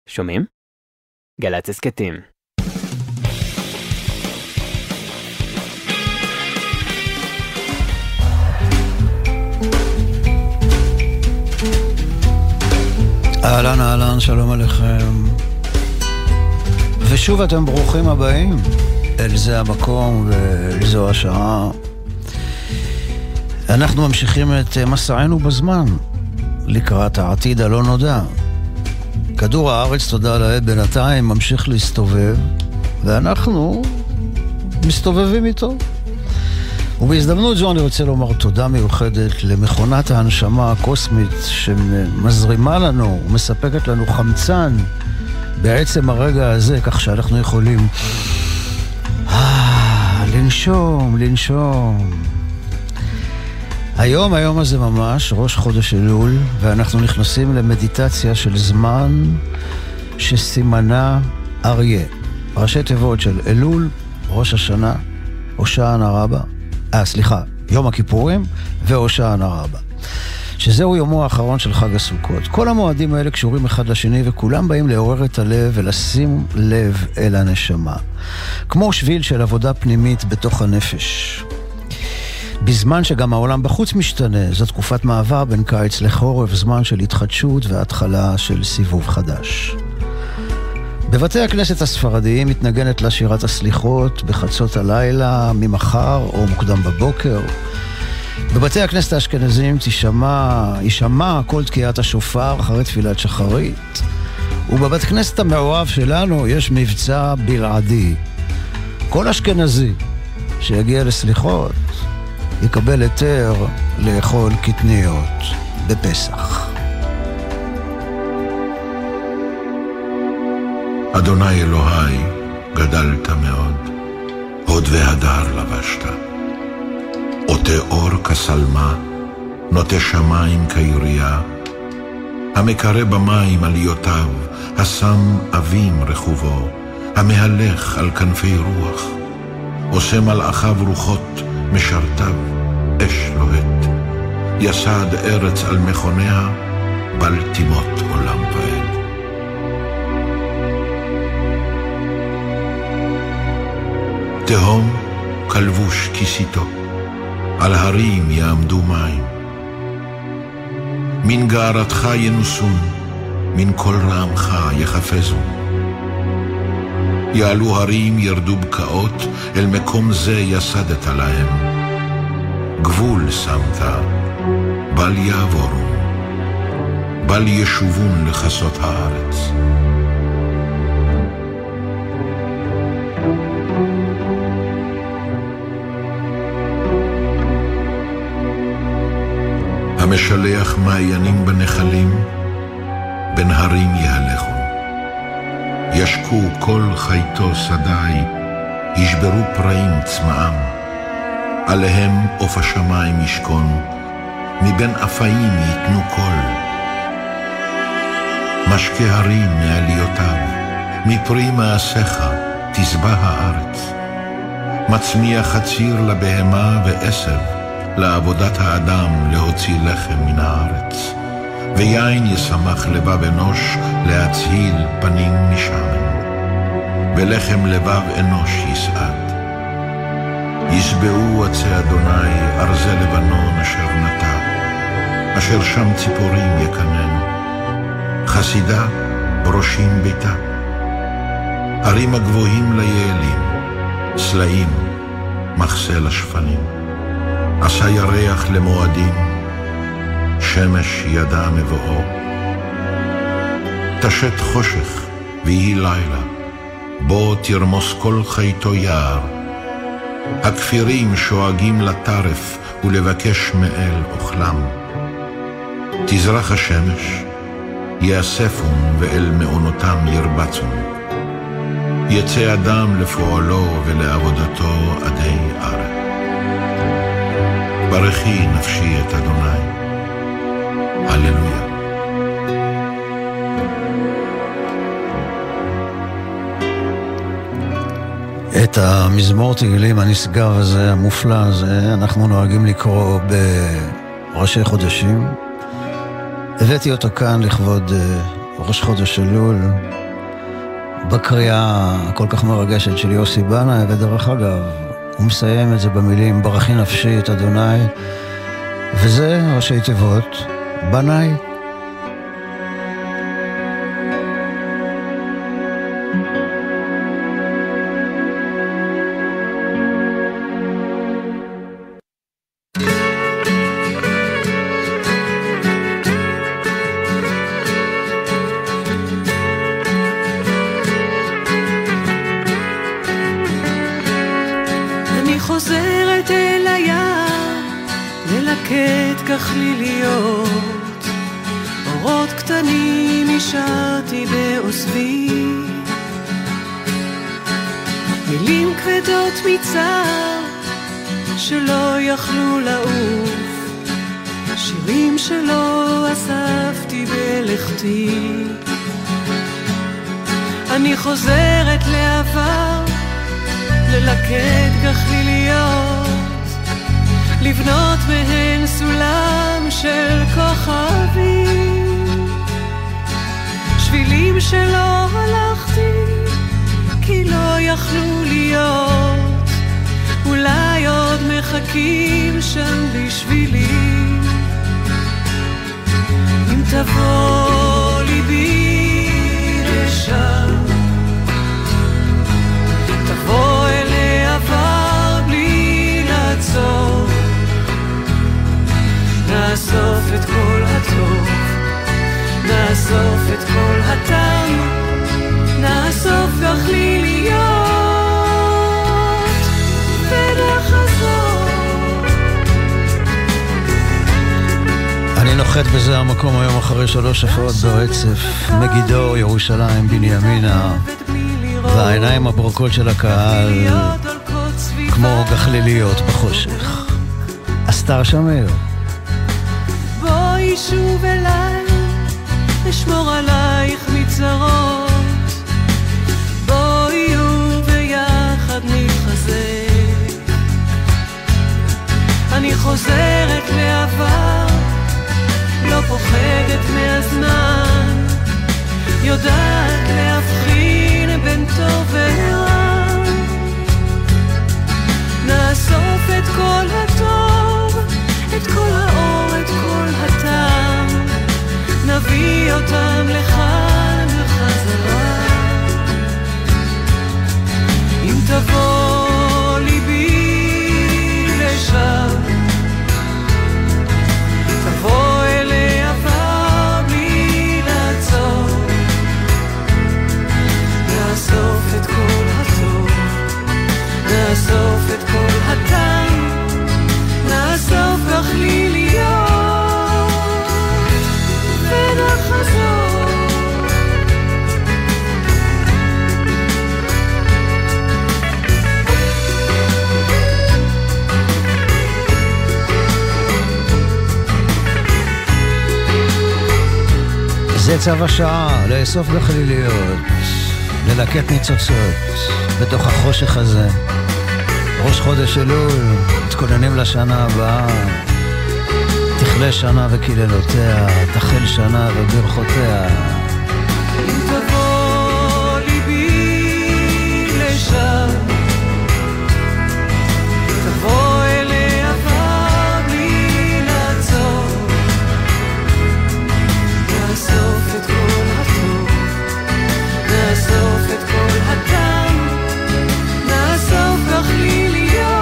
שומעים? גל"צ הסכתים. אהלן אהלן, שלום עליכם. ושוב אתם ברוכים הבאים אל זה המקום ואל זו השעה. אנחנו ממשיכים את מסענו בזמן לקראת העתיד הלא נודע. כדור הארץ, תודה לאל, בינתיים ממשיך להסתובב, ואנחנו מסתובבים איתו. ובהזדמנות זו אני רוצה לומר תודה מיוחדת למכונת ההנשמה הקוסמית שמזרימה לנו ומספקת לנו חמצן בעצם הרגע הזה, כך שאנחנו יכולים לנשום. היום הזה ממש, ראש חודש אלול, ואנחנו נכנסים למדיטציה של זמן שסימנה אריה. ראשי תיבות של אלול, ראש השנה, הושענא רבה, יום הכיפורים והושענא רבה, שזהו יומו האחרון של חג הסוכות. כל המועדים האלה קשורים אחד לשני, וכולם באים לעורר את הלב ולשים לב אל הנשמה, כמו שביל של עבודה פנימית בתוך הנפש. בזמן שגם העולם בחוץ משתנה, זו תקופת מעבר בין קיץ לחורף, זמן של התחדשות והתחלה של סיבוב חדש. בבתי הכנסת הספרדיים מתנגנת לה שירת הסליחות בחצות הלילה, ממחר או מוקדם בבוקר. בבתי הכנסת האשכנזים יישמע כל תקיעת השופר אחרי תפילת שחרית. ובבית הכנסת המעורב שלנו יש מבצע בלעדי. כל אשכנזי שיגיע לסליחות יקבל היתר לאכול קטניות בפסח. אדוני אלוהי, גדלת מאוד, הוד והדר לבשת. עוטה אור כסלמה, נוטה שמיים כירייה, המקרא במים עליותיו, השם אבים רחובו, המהלך על כנפי רוח, עושה מלאכיו רוחות משרתיו, אש לוהט, יסד ארץ על מכוניה, בל תימות עולם ועד. תהום כלבוש כיסיתו, על הרים יעמדו מים, מן גערתך ינוסון, מן כל רעמך יחפזו. יעלו הרים ירדו בקעות, אל מקום זה יסדת להם. גבול שמת, בל יעבורו, בל ישובון לחסות הארץ. המשלח מעיינים בנחלים, בין הרים יהלכו. ישקו כל חייתו שדי, ישברו פרעים צמאם. עליהם עוף השמיים ישכון, מבין אפיים ייתנו קול. משקה הרים מעליותיו, מפרי מעשיך תשבע הארץ. מצמיח חציר לבהמה ועשב, לעבודת האדם להוציא לחם מן הארץ. ויין ישמח לבב אנוש להצהיל פנים משמן, ולחם לבב אנוש יסעד. ישבעו עצי אדוני ארזי לבנון אשר נטע, אשר שם ציפורים יקננו, חסידה בראשים ביתה. ערים הגבוהים ליעלים, סלעים מחסה לשפנים. עשה ירח למועדים, שמש ידע מבואו. תשת חושך ויהי לילה, בו תרמוס כל חייתו יער. הכפירים שואגים לטרף ולבקש מאל אוכלם. תזרח השמש, יאספון ואל מעונותם ירבצון. יצא אדם לפועלו ולעבודתו עדי ערב. ברכי נפשי את אדוני, הללויה. את המזמור תהילים הנשגב הזה, המופלא הזה, אנחנו נוהגים לקרוא בראשי חודשים. הבאתי אותו כאן לכבוד ראש חודש אלול, בקריאה הכל כך מרגשת של יוסי בנאי, ודרך אגב, הוא מסיים את זה במילים ברכי נפשי את אדוני, וזה ראשי תיבות, בנאי. כחליליות, אורות קטנים השארתי באוסבי, מילים כבדות מצער שלא יכלו לעוף, שירים שלא אספתי בלכתי. אני חוזרת לעבר, ללקט כחליליות, לבנות מהן סולם של כוכבים, שבילים שלא הלכתי כי לא יכלו להיות, אולי עוד מחכים שם בשבילי. אם תבוא ליבי לשם, תבוא אל העבר בלי לעצור, נאסוף את כל הטוב, נאסוף את כל הטעם, נאסוף כחליליות ונחזור. אני נוחת בזה המקום היום אחרי 3 הופעות ברצף, מגידו, ירושלים, בנימינה, והעיניים הברוקות של הקהל כמו כחליליות בחושך. אסתר שמיר, בואי שוב אליי, אשמור עלייך מצרות, בואי וביחד נתחזק. אני חוזרת לעבר, לא פוחדת מהזמן, יודעת להבחין בין טוב ורע, נאסוף את כל הטוב, את כל האור, את כל הטעם, נביא אותם לכאן וחזרה. אם תבוא ליבי לשם, תבוא אל העבר בלי לעצור, נאסוף את כל הטוב, נאסוף את כל הטעם, נאסוף כחליליות ונחזור. זה צו השעה, לאסוף כחליליות, ללקט ניצוצות בתוך החושך הזה. ראש חודש אלול, מתכוננים לשנה הבאה, תכלה שנה וקללותיה, תחל שנה וברכותיה. אם תבוא ליבי לשם, תבוא אל העבר בלי לעצור, נאסוף את כל הטוב, נאסוף את כל הטעם, נאסוף כחליליות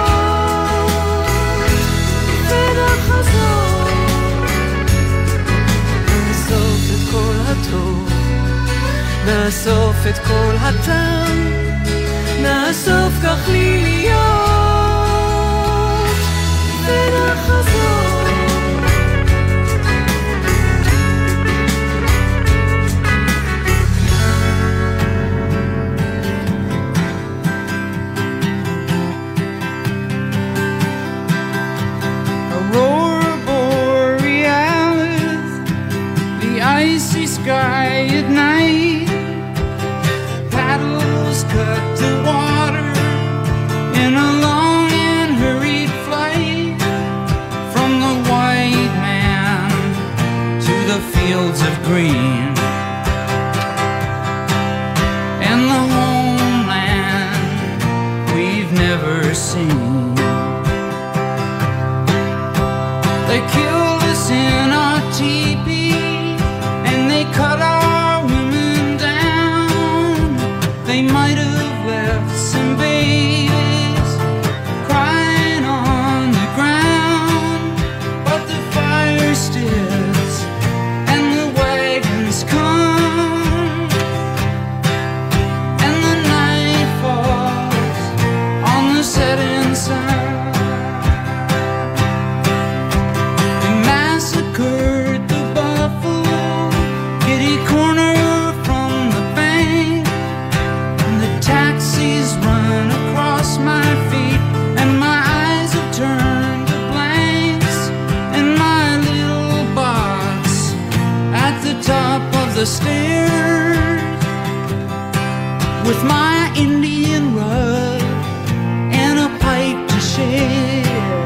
ונחזור, נאסוף את כל הטוב, נאסוף את כל הטעם, נאסוף כחליליות ונחזור. Sky at night, paddles cut the water in a long and hurried flight from the white man to the fields of green. with my Indian rug and a pipe to share.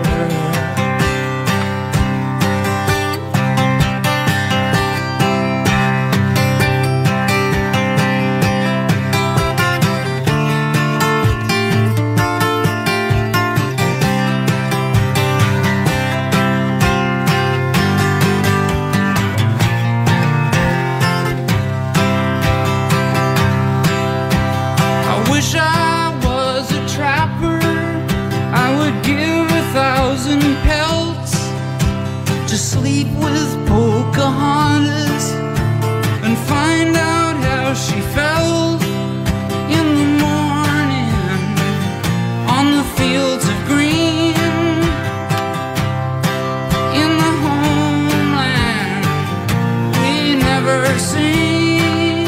Sleep with Pocahontas and find out how she felt in the morning on the fields of green in the homeland we never seen.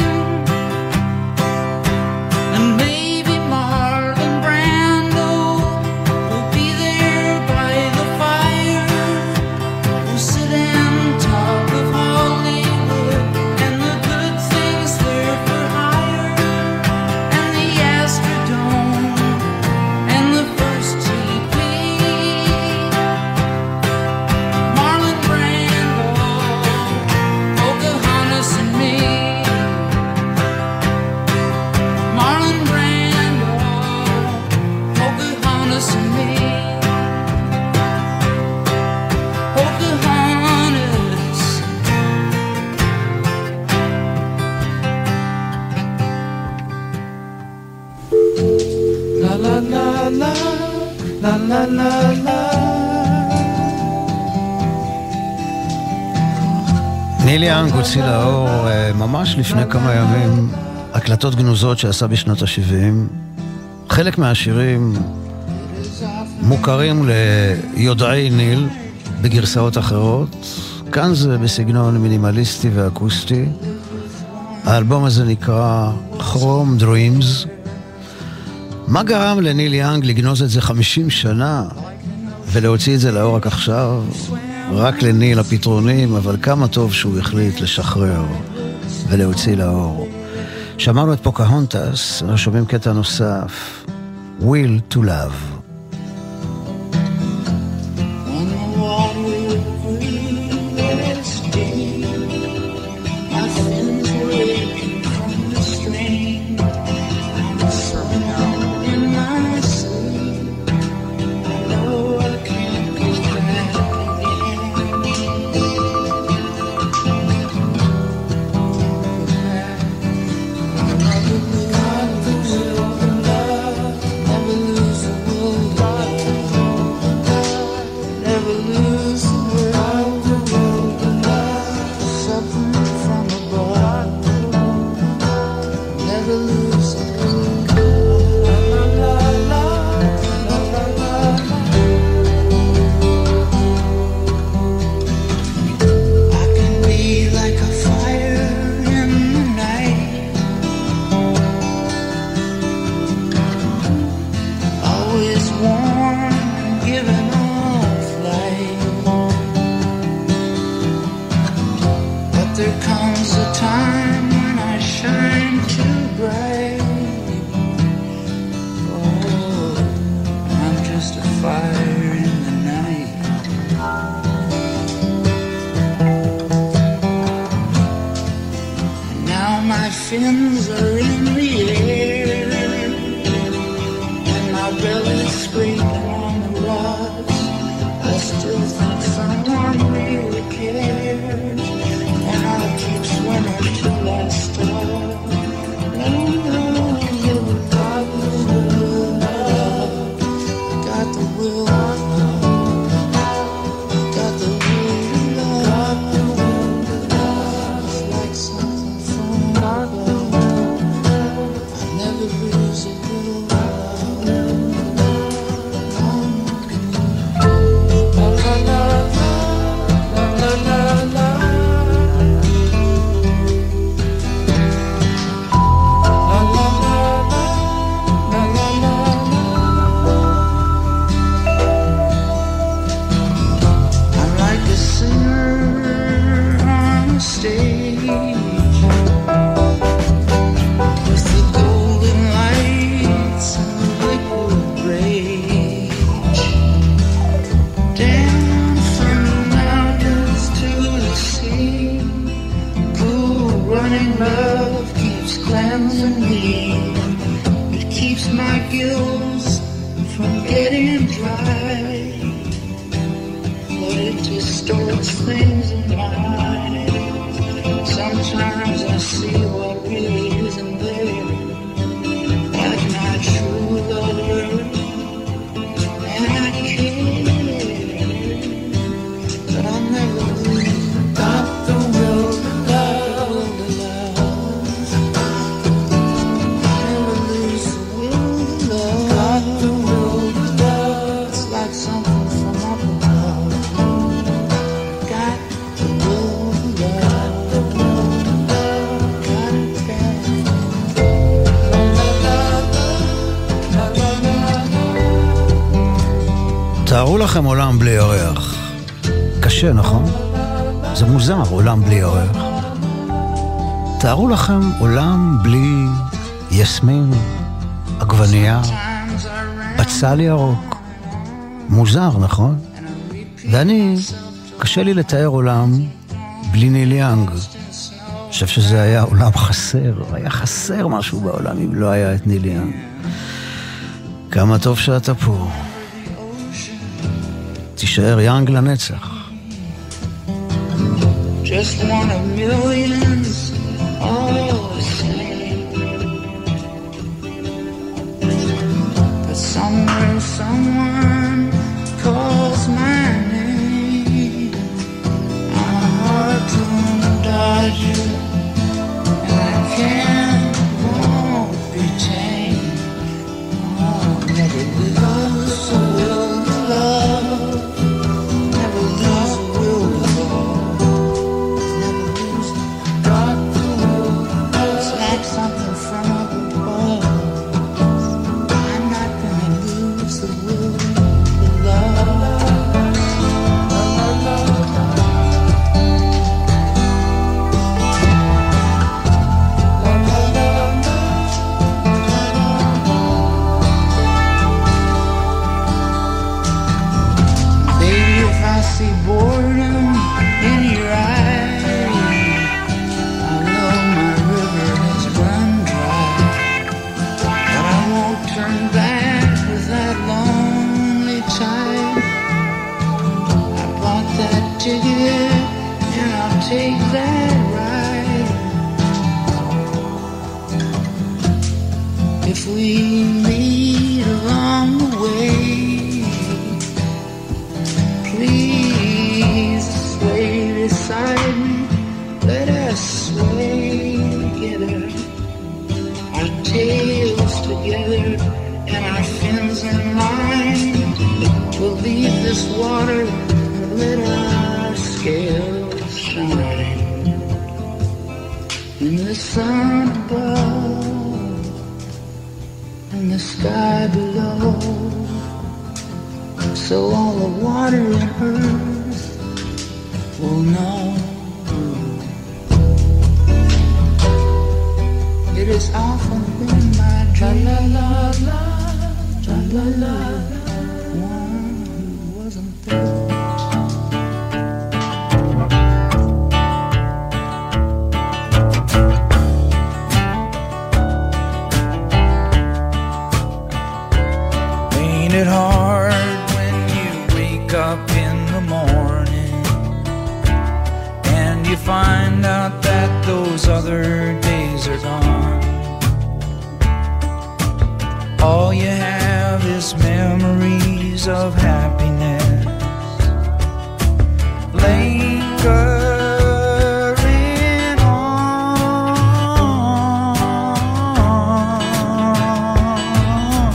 And maybe Marlon Brando will be there by the fire. Sit and talk of Hollywood and the good things there for hire, and the Astrodome and the first TP. Marlon Brando, Pocahontas and me. Marlon Brando, Pocahontas and me. La la la. ניל יאנג הוציא לאור ממש לפני כמה ימים הקלטות גנוזות שעשה בשנות ה-70. חלק מהשירים מוכרים ליודעי ניל בגרסאות אחרות. כאן זה בסגנון מינימליסטי ואקוסטי. האלבום הזה נקרא Chrome Dreams. מה גרם לניל יאנג לגנוז את זה 50 שנה ולהוציא את זה לאור רק עכשיו? רק לניל הפתרונים, אבל כמה טוב שהוא החליט לשחרר ולהוציא לאור. שמענו את פוקהונטס, שומעים קטע נוסף, Will to Love. Fins are in the air, and my belly's scraping on the rocks. I still think someone really cares, and I'll keep swimming till I stop. Got the will, got the will, got the will. It's like something from love keeps cleansing me. It keeps my gills from getting dry, but it distorts things in my eyes. Sometimes I see what really isn't there, like my true lover, and I care, but I'll never lose. Got the will to love, never lose the will to love. Got the will to love, it's like something from up above. Got the will to love, got it bad. תארו לכם עולם בלי ירח. קשה, נכון? זה מוזר, עולם בלי ירח. תארו לכם עולם בלי יסמין, עגבנייה, בצל ירוק. מוזר, נכון? ואני, קשה לי לתאר עולם בלי ניל יאנג. אני חושב שזה היה עולם חסר, היה חסר משהו בעולם אם לא היה את ניל יאנג. כמה טוב שאתה פה. תישאר יאנג לנצח. Just one of millions, all the same. But somewhere someone calls my name. I'm hard to dodge you, and I can't, won't be tamed. Oh, never lose the will to love. Never lose the will to love. Never lose the got the will. It's like something from up above. I'm not gonna lose the will to love. Baby, if I see boredom in your eyes, I know my river has run dry. But I won't turn back with that lonely tide. I bought that ticket and I'll take that ride. If we meet along the way, please sway beside me. Let us sway together, our tails together and our fins in line. We'll leave this water and let our scales shine in the sun above and the sky below. So all the water and earth will know. It has often been my dream. La la la la la la la. One who wasn't there. Ain't it hard when you wake up in the morning and you find out that those other days are gone? All you have is memories of happiness lingering on.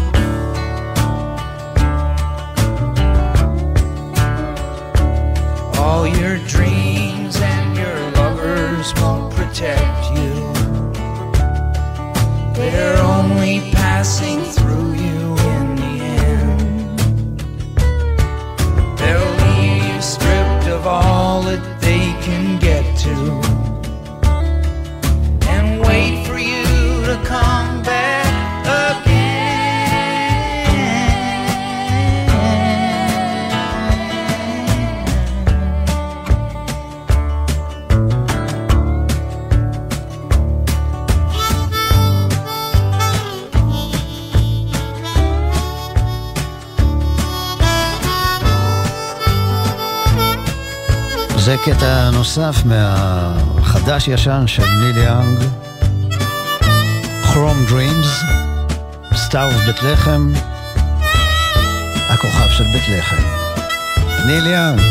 All your dreams and your lovers won't protect you. They're only passing through you in the end. They'll leave you stripped of all that they can get to and wait for you to come back again. זה קטע נוסף מהחדש ישן של ניל יאנג, Chrome Dreams, סטאר בית לחם, הכוכב של בית לחם, ניל יאנג.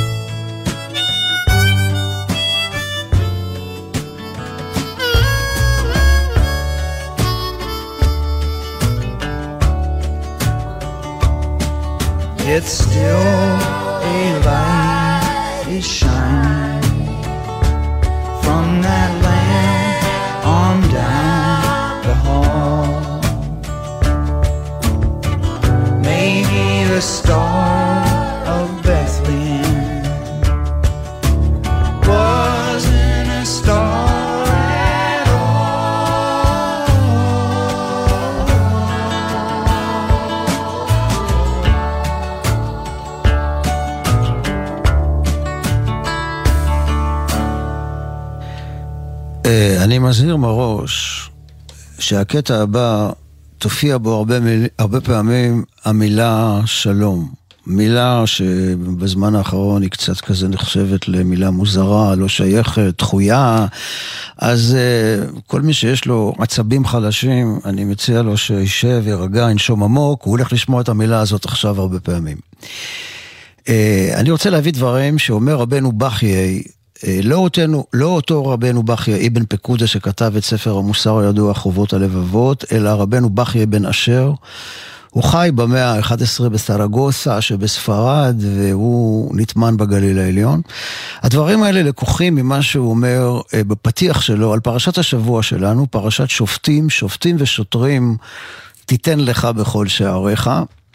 It's still a light is shining from that land on down the hall. Maybe the star of Bethlehem wasn't a star at all. אני מזהיר מראש שהקטע הבא תופיע בו הרבה פעמים המילה שלום. מילה שבזמן האחרון היא קצת כזה נחשבת למילה מוזרה, לא שייכת, דחויה. אז כל מי שיש לו עצבים חלשים, אני מציע לו שישב וירגע, ינשום עמוק, הוא הולך לשמוע את המילה הזאת עכשיו הרבה פעמים. אני רוצה להביא דברים שאומר רבנו בחיי, לא אותו רבנו בחיי אבן פקודה שכתב את ספר המוסר הידוע חובות הלבבות, אלא רבנו בחיי בן אשר. הוא חי במאה ה-11 בסרגוסה שבספרד, והוא נטמן בגליל העליון. הדברים האלה לקוחים ממה שהוא אומר בפתיח שלו על פרשת השבוע שלנו, פרשת שופטים, שופטים ושוטרים תיתן לך בכל שעריך.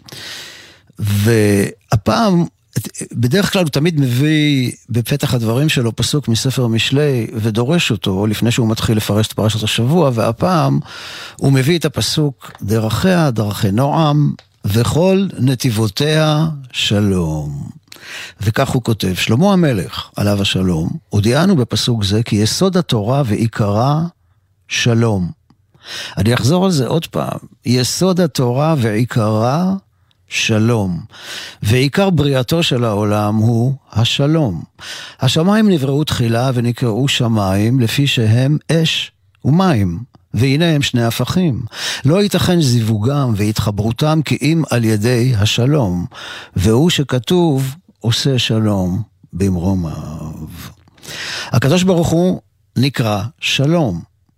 והפעם בדרך כלל הוא תמיד מביא בפתח הדברים שלו פסוק מספר משלי ודורש אותו לפני שהוא מתחיל לפרש את פרשת השבוע, והפעם הוא מביא את הפסוק דרכיה דרכי נועם וכל נתיבותיה שלום. וכך הוא כותב, שלמה המלך עליו השלום הודיענו בפסוק זה כי יסוד התורה ועיקרה שלום. אני אחזור על זה עוד פעם, יסוד התורה ועיקרה שלום. ועיקר בריאתו של העולם הוא השלום. השמיים נבראו תחילה ונקראו שמיים לפי שהם אש ומים, והנה הם שני הפכים. לא ייתכן זיווגם והתחברותם כי אם על ידי השלום, והוא שכתוב עושה שלום במרומיו. הקדוש ברוך הוא נקרא שלום.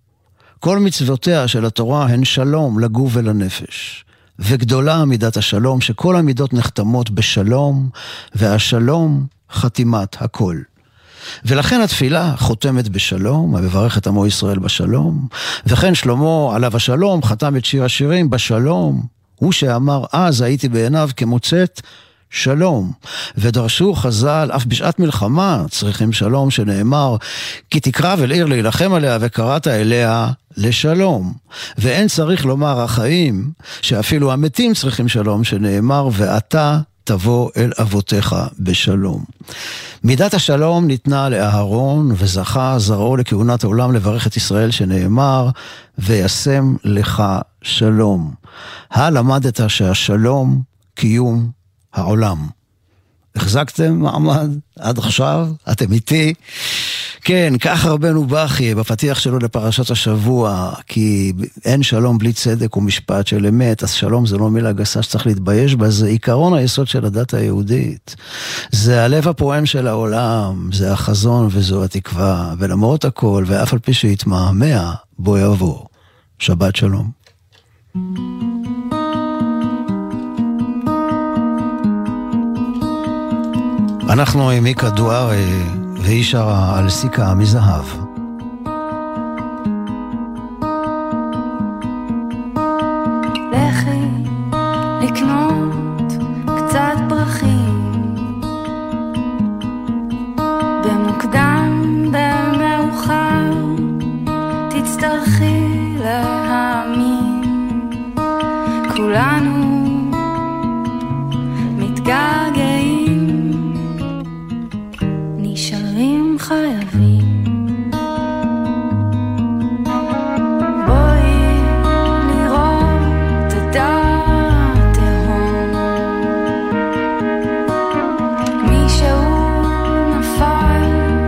כל מצוותיה של התורה הן שלום לגוף ולנפש. וגדולה מידת השלום, שכל המידות נחתמות בשלום, והשלום חתימת הכל. ולכן התפילה חותמת בשלום, המברך את עמו ישראל בשלום, וכן שלמה עליו השלום חתם את שיר השירים בשלום, הוא שאמר אז הייתי בעיניו כמוצאת שלום. ודרשו חז"ל אף בשעת מלחמה צריכים שלום, שנאמר כי תקרב אל עיר להילחם עליה וקראת אליה לשלום. ואין צריך לומר החיים שאפילו המתים צריכים שלום, שנאמר ואתה תבוא אל אבותיך בשלום. מידת השלום ניתנה לאהרון וזכה זרעו לכהונת העולם לברך את ישראל, שנאמר וישם לך שלום. למדת שהשלום קיום העולם. החזקתם מעמד עד עכשיו? אתם איתי? כן, כך רבנו בחיי בפתיח שלו לפרשת השבוע, כי אין שלום בלי צדק ומשפט של אמת, אז שלום זה לא מילה גסה שצריך להתבייש בה, זה עיקרון היסוד של הדת היהודית. זה הלב הפועם של העולם, זה החזון וזו התקווה, ולמרות הכל, ואף על פי שיתמהמה, בוא יבוא. שבת שלום. אנחנו עם מיקה דוארי, והיא שרה על סיקה מזהב. לכי לקנות קצת פרחים, במוקדם במאוחר תצטרכי להאמין, כולנו מתגעגעים, נשארים חייבים. בואי לראות את התהום, מישהו נפל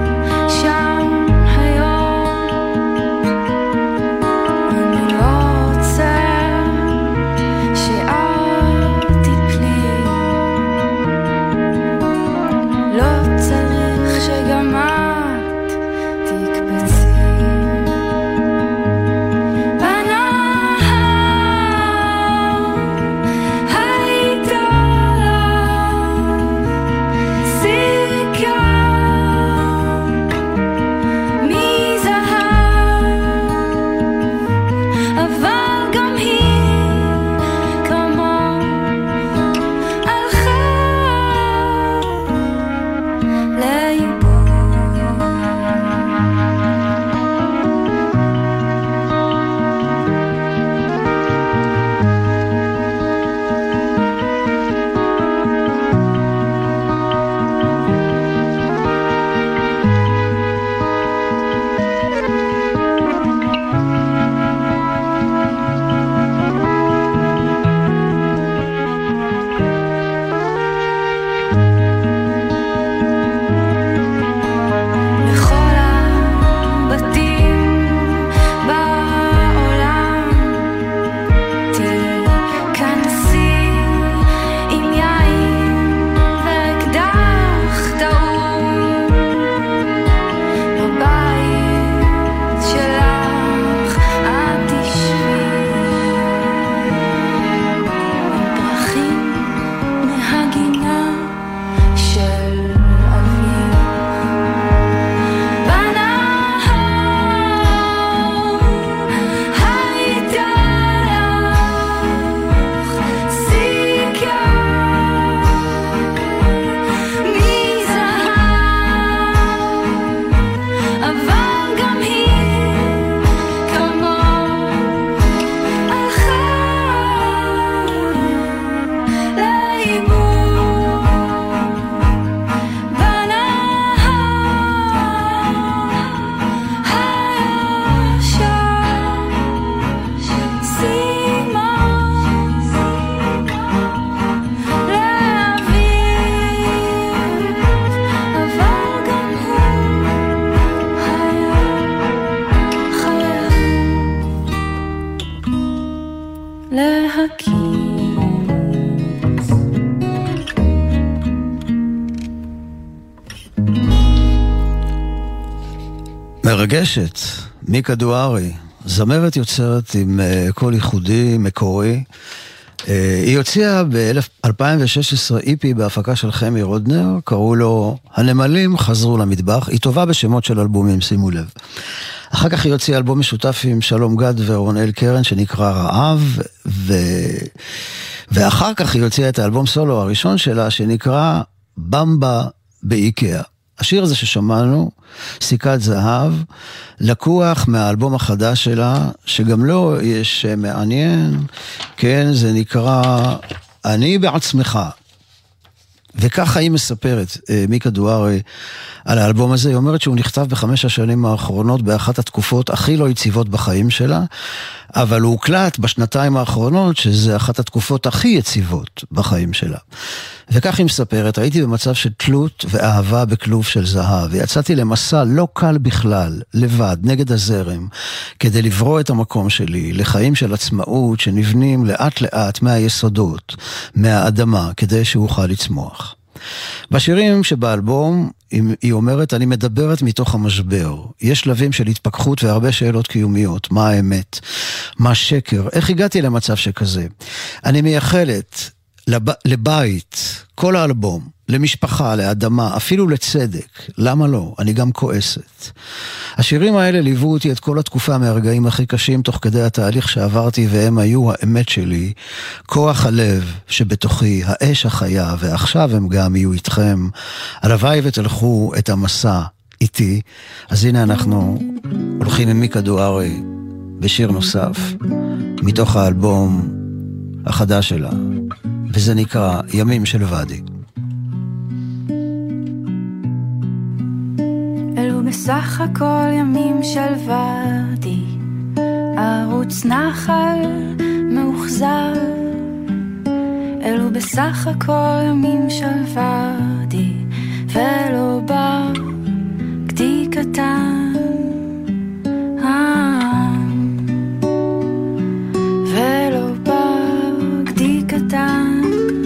להקיס. מרגשת, מיקה דוארי, זמרת יוצרת עם קול ייחודי, מקורי. היא הוציאה ב-2016 איפי בהפקה של חמי רודנר, קראו לו הנמלים חזרו למטבח. היא טובה בשמות של אלבומים, שימו לב. אחר כך היא הוציאה אלבום משותף עם שלום גד ורונאל קרן שנקרא רעב, ואחר כך היא הוציאה את האלבום סולו הראשון שלה שנקרא במבה באיקאה. השיר הזה ששמענו, סיכת זהב, לקוח מהאלבום החדש שלה, שגם לו יש מעניין, כן, זה נקרא אני בעצמך. וככה היא מספרת, מיקה דוארי, על האלבום הזה. היא אומרת שהוא נכתב ב5 השנים האחרונות, באחת התקופות הכי לא יציבות בחיים שלה, אבל הוא הוקלט בשנתיים האחרונות, שזה אחת התקופות הכי יציבות בחיים שלה. וכך היא מספרת, הייתי במצב של תלות ואהבה בכלוב של זהב, ויצאתי למסע לא קל בכלל, לבד, נגד הזרם, כדי לברוא את המקום שלי, לחיים של עצמאות שנבנים לאט לאט מהיסודות, מהאדמה, כדי שאוכל לצמוח. בשירים שבאלבום, היא אומרת, אני מדברת מתוך המשבר. יש שלבים של התפכחות והרבה שאלות קיומיות. מה האמת? מה שקר? איך הגעתי למצב שכזה? אני מייחלת לבית, כל האלבום, למשפחה, לאדמה, אפילו לצדק. למה לא? אני גם כועסת. השירים האלה ליוו אותי את כל התקופה מהרגעים הכי קשים תוך כדי התהליך שעברתי, והם היו האמת שלי, כוח הלב שבתוכי, האש החיה, ועכשיו הם גם יהיו איתכם. הלוואי ותלכו את המסע איתי. אז הנה אנחנו הולכים עם מיקה דוארי בשיר נוסף מתוך האלבום החדש שלה, וזה נקרא ימים של ואדי. אלו בסך הכל ימים של ואדי, ערוץ נחל מאוחזר. אלו בסך הכל ימים של ואדי, ולא בר גדי קטן, ולא בר גדי קטן.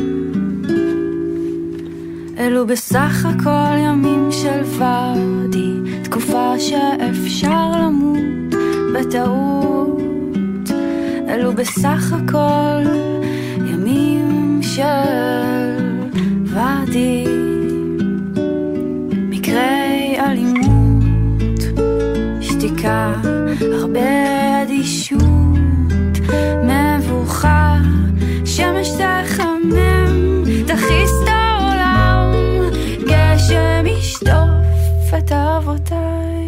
אלו בסך הכל ימים של ואדי, תקופה שאפשר למות בטעות. אלו בסך הכל ימים של ואדי, מקרי אלימות, שתיקה, הרבה אדישות, מבוכה, שמש תחמם, תכיס את העולם, גשם ישטוף את אבותיי.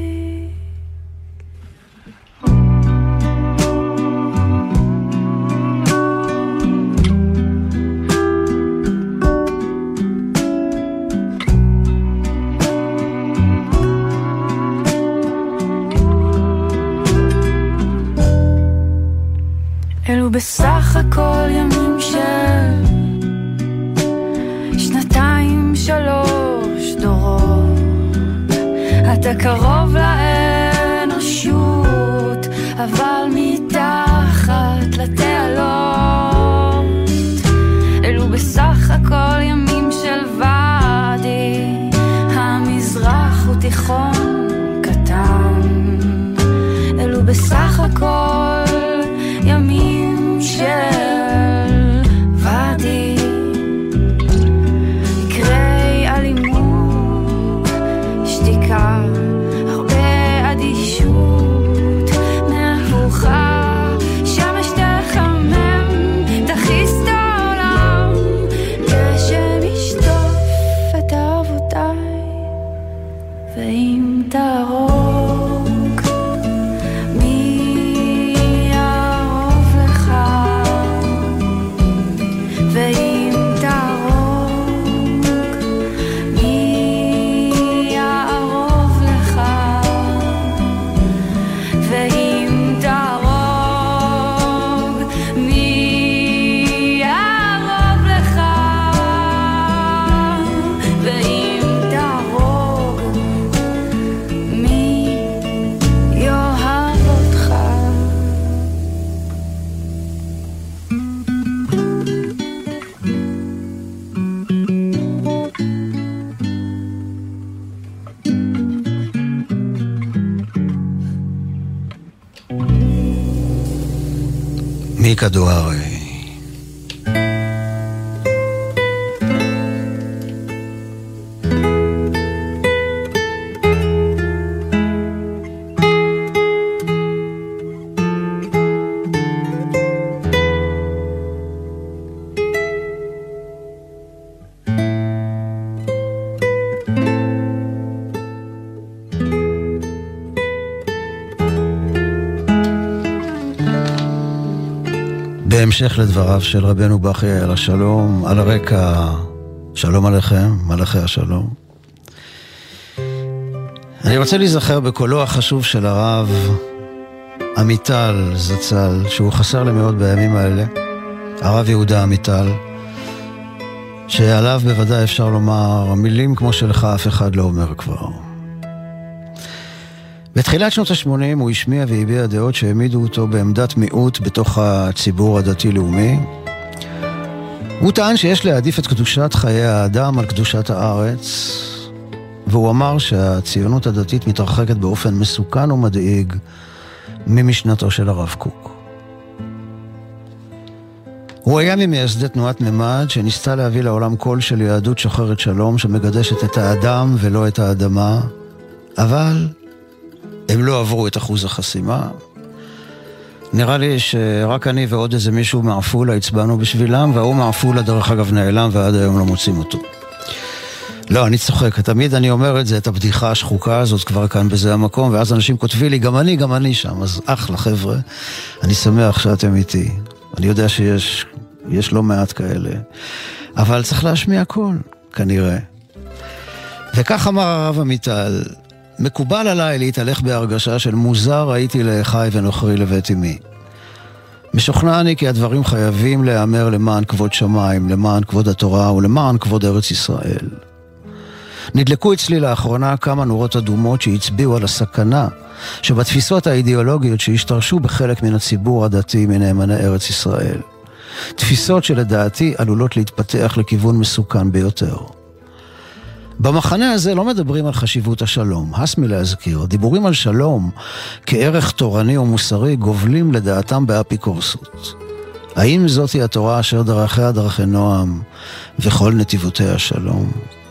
אלו בסך הכל ימים של שנתיים, 3 דורות. אתה קרוב לאנושות, אבל מתחת לתעלות. אלו בסך הכל ימים של ואדי, המזרח הוא תיכון קטן. אלו בסך הכל ימים של ואדי, מקרי אלימות, שתיקה, הרבה אדישות, מבוכה, שמש תחמם, תכיס את העולם, גשם ישטוף את אבותיי. ואם תרוג מי מיקה דוארי. בהמשך לדבריו של רבנו בכי על השלום, על הרקע שלום עליכם, מלאכי השלום. אני רוצה להיזכר בקולו החשוב של הרב עמיטל זצ"ל, שהוא חסר לי מאוד בימים האלה, הרב יהודה עמיטל, שעליו בוודאי אפשר לומר מילים כמו שלך אף אחד לא אומר כבר. בתחילת שנות ה-80 הוא השמיע והביע דעות שהעמידו אותו בעמדת מיעוט בתוך הציבור הדתי-לאומי. הוא טען שיש להעדיף את קדושת חיי האדם על קדושת הארץ, והוא אמר שהציונות הדתית מתרחקת באופן מסוכן ומדאיג ממשנתו של הרב קוק. הוא היה ממייסדי תנועת ממד שניסתה להביא לעולם קול של יהדות שוחרת שלום שמקדשת את האדם ולא את האדמה, אבל הם לא עברו את אחוז החסימה. נראה לי שרק אני ועוד איזה מישהו מעפולה הצבענו בשבילם, והוא מעפולה דרך אגב נעלם ועד היום לא מוצאים אותו. לא, אני צוחק, תמיד אני אומר את זה, את הבדיחה השחוקה הזאת כבר כאן בזה המקום, ואז אנשים כותבים לי, גם אני שם, אז אחלה חבר'ה, אני שמח שאתם איתי. אני יודע שיש לא מעט כאלה, אבל צריך להשמיע קול, כנראה. וכך אמר הרב עמיטל, מקובל עליי להתהלך בהרגשה של מוזר הייתי לאחי ונוכרי לבית אמי. משוכנע אני כי הדברים חייבים להיאמר למען כבוד שמיים, למען כבוד התורה ולמען כבוד ארץ ישראל. נדלקו אצלי לאחרונה כמה נורות אדומות שהצביעו על הסכנה שבתפיסות האידיאולוגיות שהשתרשו בחלק מן הציבור הדתי מנאמני ארץ ישראל. תפיסות שלדעתי עלולות להתפתח לכיוון מסוכן ביותר. במחנה הזה לא מדברים על חשיבות השלום, הס מלהזכיר, דיבורים על שלום כערך תורני ומוסרי גובלים לדעתם באפיקורסות. האם זאתי התורה אשר דרכיה דרכי נועם וכל נתיבותיה שלום?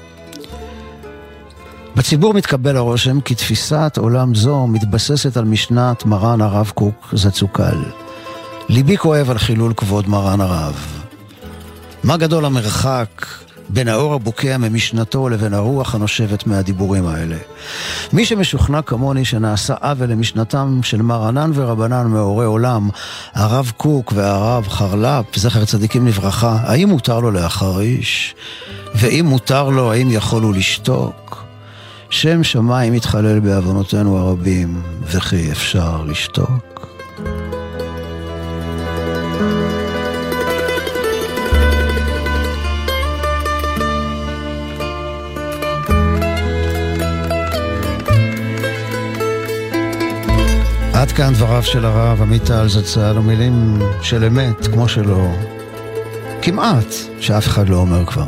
בציבור מתקבל הרושם כי תפיסת עולם זו מתבססת על משנת מרן הרב קוק זצוק"ל. ליבי כואב על חילול כבוד מרן הרב. מה גדול המרחק בין האור הבוקע ממשנתו לבין הרוח הנושבת מהדיבורים האלה. מי שמשוכנע כמוני שנעשה עוול למשנתם של מרנן ורבנן מאורי עולם, הרב קוק והרב חרל"פ, זכר צדיקים לברכה, האם מותר לו להחריש? ואם מותר לו, האם יכול הוא לשתוק? שם שמיים מתחלל בעוונותינו הרבים, וכי אפשר לשתוק? עד כאן דבריו של הרב עמיטל זצ"ל, ומילים של אמת כמו שלו, כמעט שאף אחד לא אומר כבר.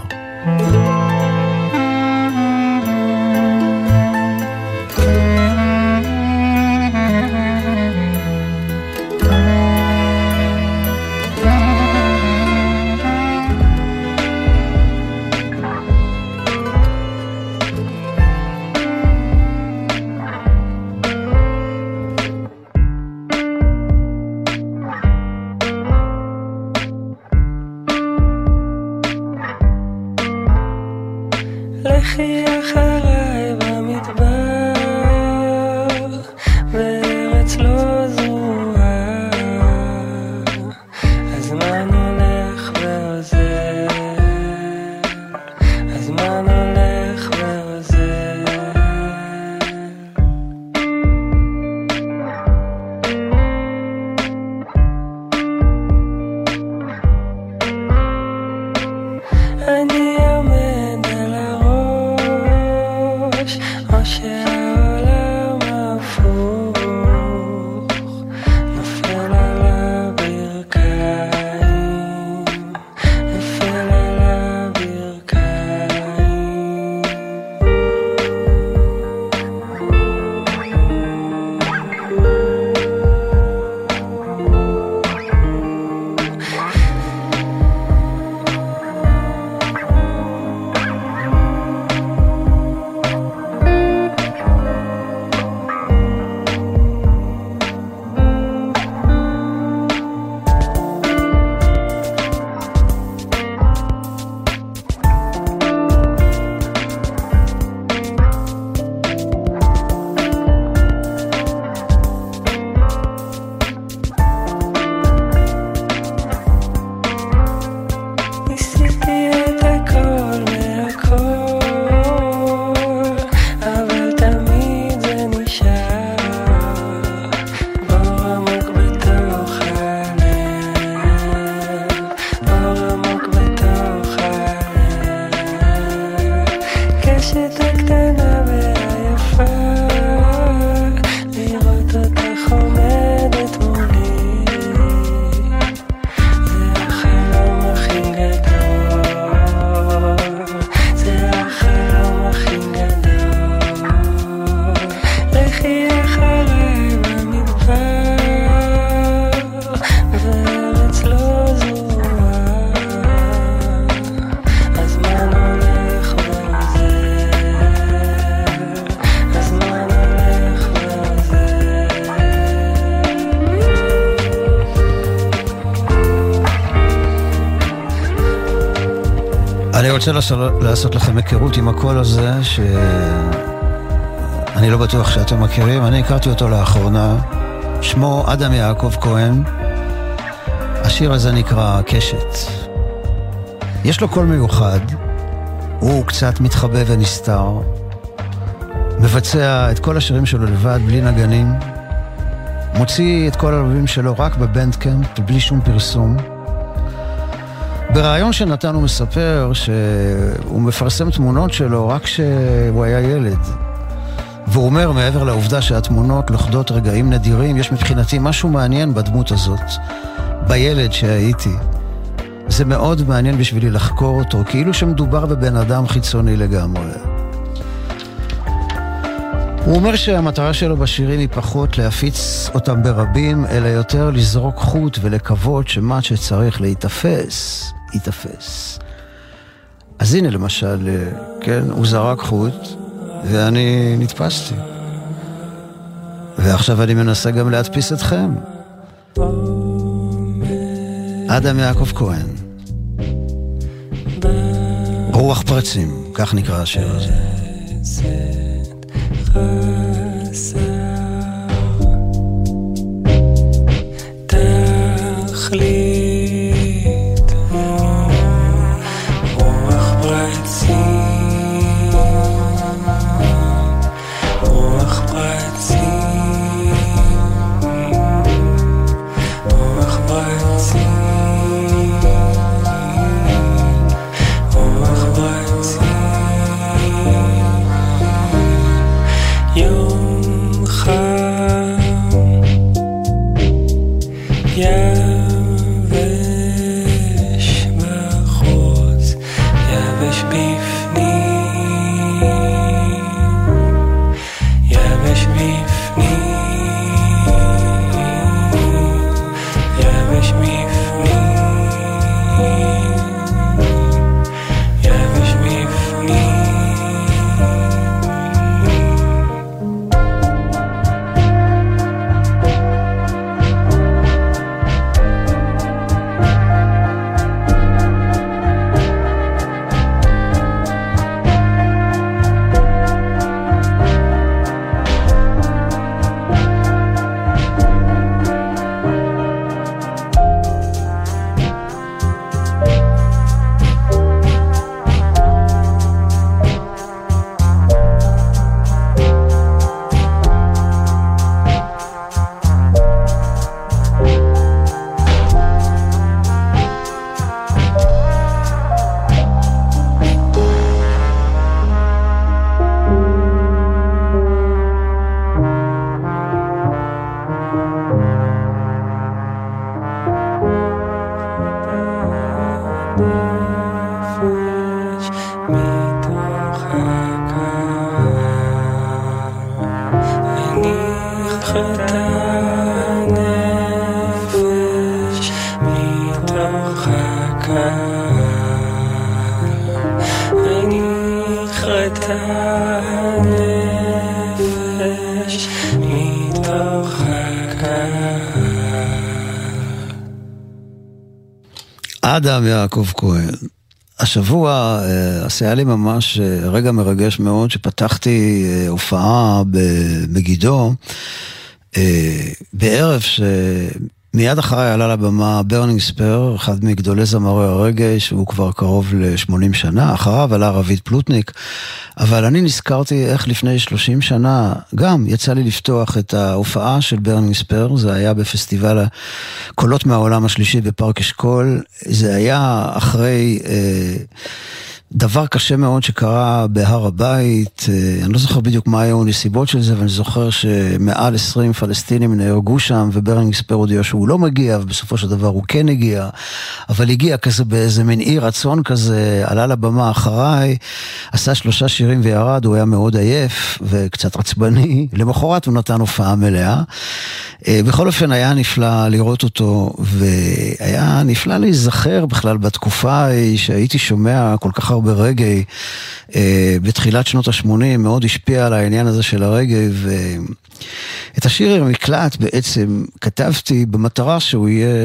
אני עומד על הראש רוצה לעשות לכם היכרות עם הקול הזה, שאני לא בטוח שאתם מכירים. אני הכרתי אותו לאחרונה. שמו אדם יעקב כהן. השיר הזה נקרא קשת. יש לו קול מיוחד. הוא קצת מתחבא ונסתר. מבצע את כל השירים שלו לבד, בלי נגנים. מוציא את כל האלבומים שלו רק בבנדקאמפ, בלי שום פרסום. ברעיון שנתן הוא מספר שהוא מפרסם תמונות שלו רק כשהוא היה ילד. והוא אומר, מעבר לעובדה שהתמונות לוכדות רגעים נדירים, יש מבחינתי משהו מעניין בדמות הזאת, בילד שהייתי. זה מאוד מעניין בשבילי לחקור אותו, כאילו שמדובר בבן אדם חיצוני לגמרי. הוא אומר שהמטרה שלו בשירים היא פחות להפיץ אותם ברבים, אלא יותר לזרוק חוט ולקוות שמה שצריך להתאפס, יתאפס. אז הנה למשל, כן, הוא זרק חוט, ואני נתפסתי. ועכשיו אני מנסה גם להדפיס אתכם. אדם יעקב כהן. רוח פרצים, כך נקרא השיר הזה. תכלית רוח פרצים, רוח פרצים, רוח פרצים, רוח פרצים. יום חם יבש בחוץ, יבש בפנים, יבש בפנים, יבש בפנים, יבש בפנים. אדם יעקב כהן. השבוע עשה לי ממש רגע מרגש מאוד שפתחתי הופעה במגידו בערב שמיד אחריי עלה לבמה ברנינג ספר, אחד מגדולי זמרי הרגע שהוא כבר קרוב ל-80 שנה, אחריו עלה רביד פלוטניק, אבל אני נזכרתי איך לפני 30 שנה גם יצא לי לפתוח את ההופעה של ברנינג ספר, זה היה בפסטיבל קולות מהעולם השלישי בפארק אשכול, זה היה אחרי דבר קשה מאוד שקרה בהר הבית, אני לא זוכר בדיוק מה היו נסיבות של זה, אבל אני זוכר שמעל 20 פלסטינים נהרגו שם, וברנינג ספר הודיע שהוא לא מגיע, ובסופו של דבר הוא כן הגיע, אבל הגיע כזה באיזה מין אי רצון כזה, עלה לבמה אחריי, עשה 3 שירים וירד, הוא היה מאוד עייף וקצת עצבני, למחרת הוא נתן הופעה מלאה, בכל אופן היה נפלא לראות אותו, והיה נפלא להיזכר בכלל בתקופה ההיא שהייתי שומע כל כך הרבה רגעי, בתחילת שנות ה-80 מאוד השפיע על העניין הזה של הרגעי, ואת השיר המקלט בעצם כתבתי במטרה שהוא יהיה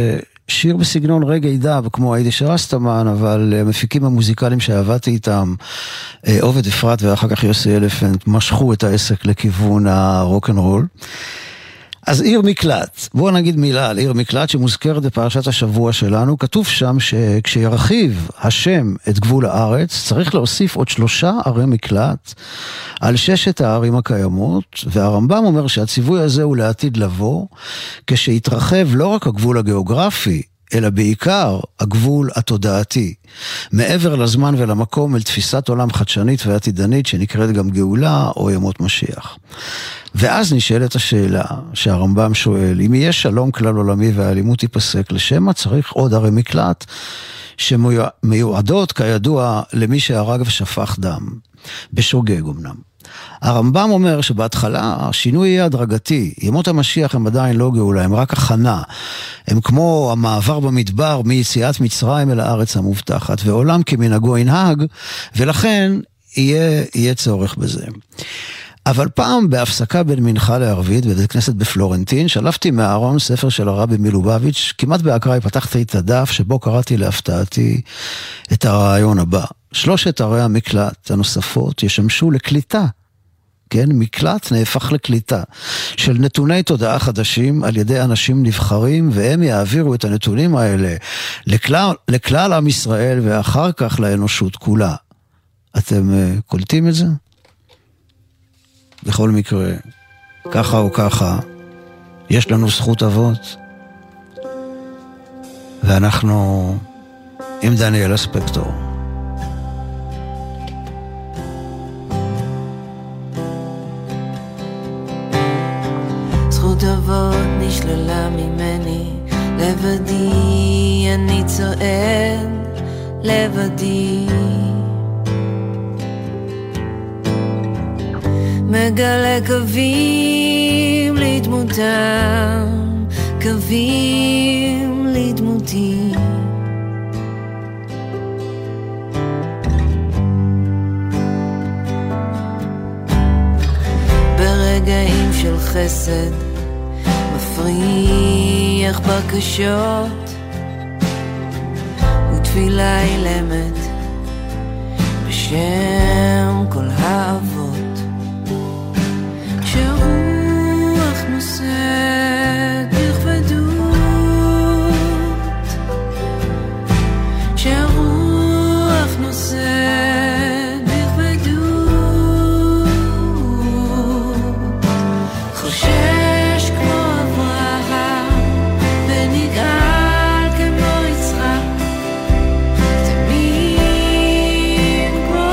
שיר בסגנון רגעי דאב, כמו היידיש רסטמן, אבל המפיקים המוזיקליים שעבדתי איתם, עובד אפרת ואחר כך יוסי אלפנט, משכו את העסק לכיוון הרוק'נ'רול. אז עיר מקלט, בואו נגיד מילה על עיר מקלט שמוזכרת בפרשת השבוע שלנו, כתוב שם שכשירחיב השם את גבול הארץ, צריך להוסיף עוד 3 ערי מקלט על 6 הערים הקיימות, והרמב"ם אומר שהציווי הזה הוא לעתיד לבוא, כשיתרחב לא רק הגבול הגיאוגרפי, אלא בעיקר הגבול התודעתי, מעבר לזמן ולמקום אל תפיסת עולם חדשנית ועתידנית שנקראת גם גאולה או ימות משיח. ואז נשאלת השאלה שהרמב"ם שואל, אם יהיה שלום כלל עולמי והאלימות תיפסק, לשם מה צריך עוד ערי מקלט שמיועדות כידוע למי שהרג ושפך דם, בשוגג אמנם. הרמב"ם אומר שבהתחלה השינוי יהיה הדרגתי, ימות המשיח הם עדיין לא גאולה, הם רק הכנה, הם כמו המעבר במדבר מיציאת מצרים אל הארץ המובטחת, ועולם כמנהגו ינהג, ולכן יהיה צורך בזה. אבל פעם בהפסקה בין מנחה לערבית בבית כנסת בפלורנטין, שלפתי מהארון ספר של הרבי מלובביץ', כמעט באקראי פתחתי את הדף שבו קראתי להפתעתי את הרעיון הבא. 3 ערי המקלט הנוספות ישמשו לקליטה, כן? מקלט נהפך לקליטה של נתוני תודעה חדשים על ידי אנשים נבחרים, והם יעבירו את הנתונים האלה לכלל עם ישראל ואחר כך לאנושות כולה. אתם קולטים את זה? בכל מקרה, ככה או ככה, יש לנו זכות אבות, ואנחנו עם דניאל הספקטור. זכות אבות נשללה ממני, לבדי אני צועד, לבדי מגלה קווים לדמותם, קווים לדמותי. ברגעים של חסד מפריח בקשות, ותפילה אילמת בשם כל האבות. כשרוח נושאת בכבדות, כשרוח נושאת בכבדות, חושש כמו אברהם ונגאל כמו יצחק, תמים כמו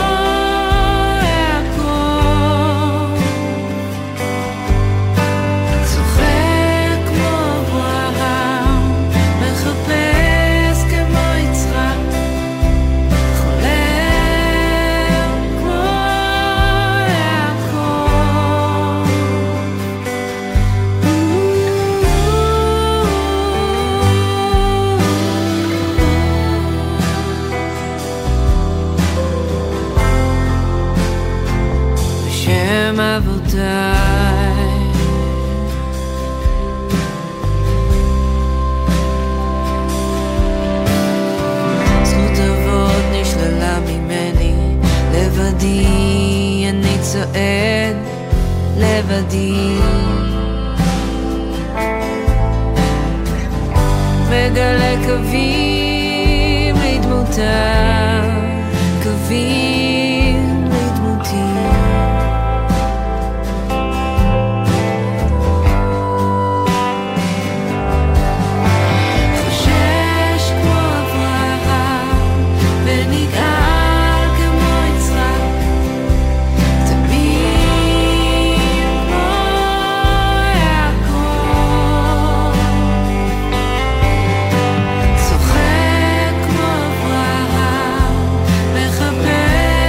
יעקב, צוחק כמו אברהם, מחפש כמו יצחק, חולם כמו יעקב. בשם אבותיי זכות אבות נשללה ממני, לבדי אני צועד, לבדי מגלה קווים לדמותם, קווים לדמותי. חושש כמו אברהם ונגאל כמו יצחק, תמים כמו יעקב, צוחק כמו אברהם, מחפש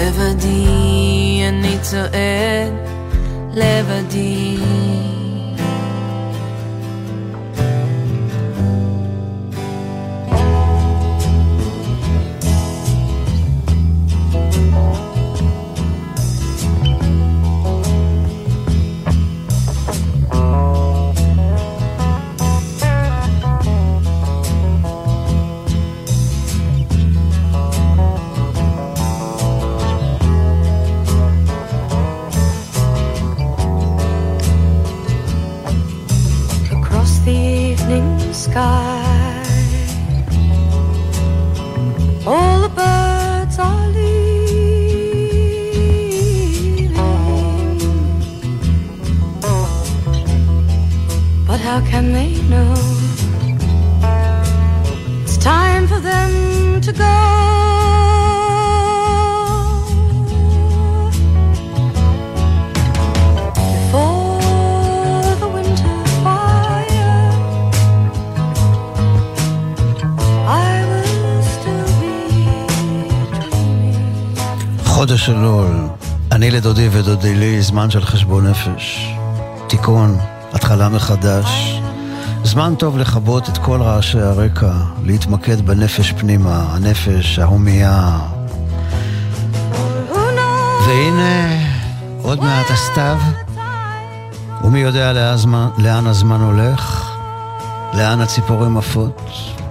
לבדי אני צועד, לבדי. Sky. All the birds are leaving, but how can they know it's time for them to go? חודש אלול, אני לדודי ודודי לי, זמן של חשבון נפש, תיקון, התחלה מחדש, זמן טוב לחבות את כל רעשי הרקע, להתמקד בנפש פנימה, הנפש, ההומייה. והנה, עוד מעט הסתיו, ומי יודע לאן הזמן הולך, לאן הציפורים עפות,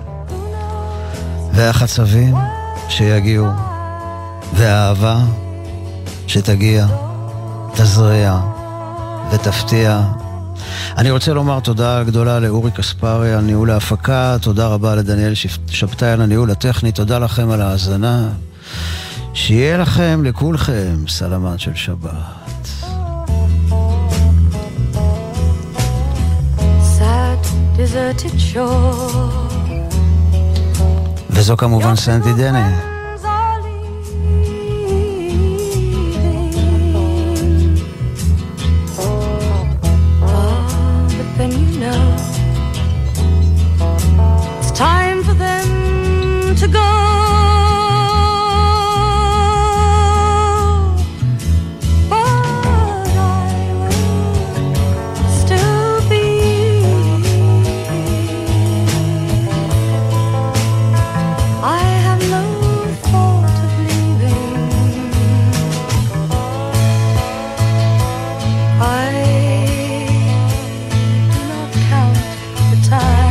והחצבים שיגיעו, והאהבה שתגיע, תזריע ותפתיע. אני רוצה לומר תודה גדולה לאורי קספרי על ניהול ההפקה, תודה רבה לדניאל שבתאי על הניהול הטכני, תודה לכם על ההאזנה, שיהיה לכם לכולכם סלמת של שבת. Sad deserted shore. וזו כמובן סנטי דני. Time for them to go. But I will still be. I have no thought of leaving. I do not count the time.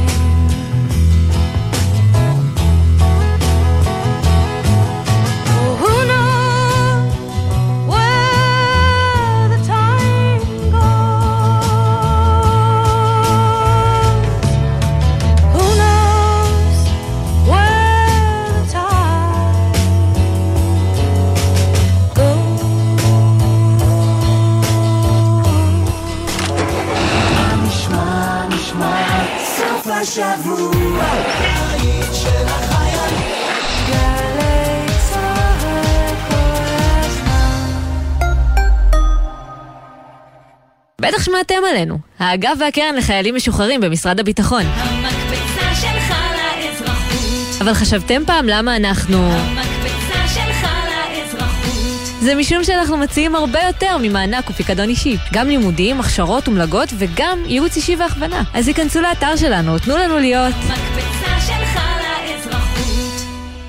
השבוע היית של החיילים גלי צהל כל הזמן. בטח שמעתם עלינו, האגף והקרן לחיילים משוחררים במשרד הביטחון. המקבצה שלך לאזרחות. אבל חשבתם פעם למה אנחנו... המקבצה שלך לאזרחות. זה משום שאנחנו מציעים הרבה יותר ממענק ופיקדון אישי. גם לימודים, הכשרות ומלגות וגם ייעוץ אישי והכוונה. אז היכנסו לאתר שלנו, תנו לנו להיות... מקבצה שלך לאזרחות.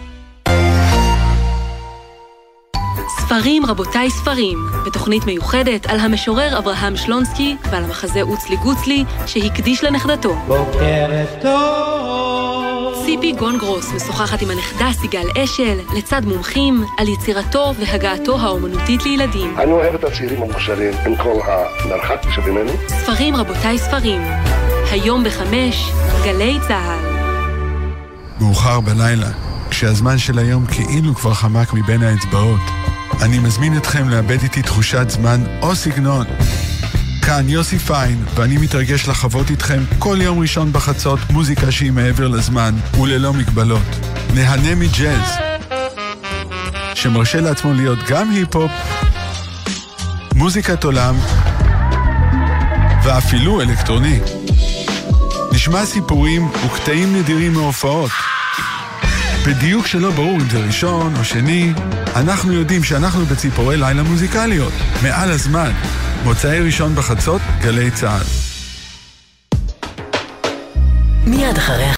ספרים רבותיי ספרים, בתוכנית מיוחדת על המשורר אברהם שלונסקי ועל המחזה אוצלי גוצלי שהקדיש לנכדתו. בוקר טוב. ציפי גונגרוס משוחחת עם הנכדה סיגל אשל לצד מומחים על יצירתו והגעתו האומנותית לילדים. אני אוהב את הצעירים המוכשרים עם כל המרחק שבינינו. ספרים רבותיי ספרים, היום ב5 גלי צהל. מאוחר בלילה, כשהזמן של היום כאילו כבר חמק מבין האצבעות, אני מזמין אתכם לאבד איתי תחושת זמן או סגנון. כאן יוסי פיין, ואני מתרגש לחוות איתכם כל יום ראשון בחצות מוזיקה שהיא מעבר לזמן וללא מגבלות. נהנה מג'אז, שמרשה לעצמו להיות גם היפ-הופ, מוזיקת עולם, ואפילו אלקטרוני. נשמע סיפורים וקטעים נדירים מהופעות. בדיוק שלא ברור אם זה ראשון או שני, אנחנו יודעים שאנחנו בציפורי לילה מוזיקליות. מעל הזמן. מוצאי ראשון בחצות, גלי צהל. מיד אחרי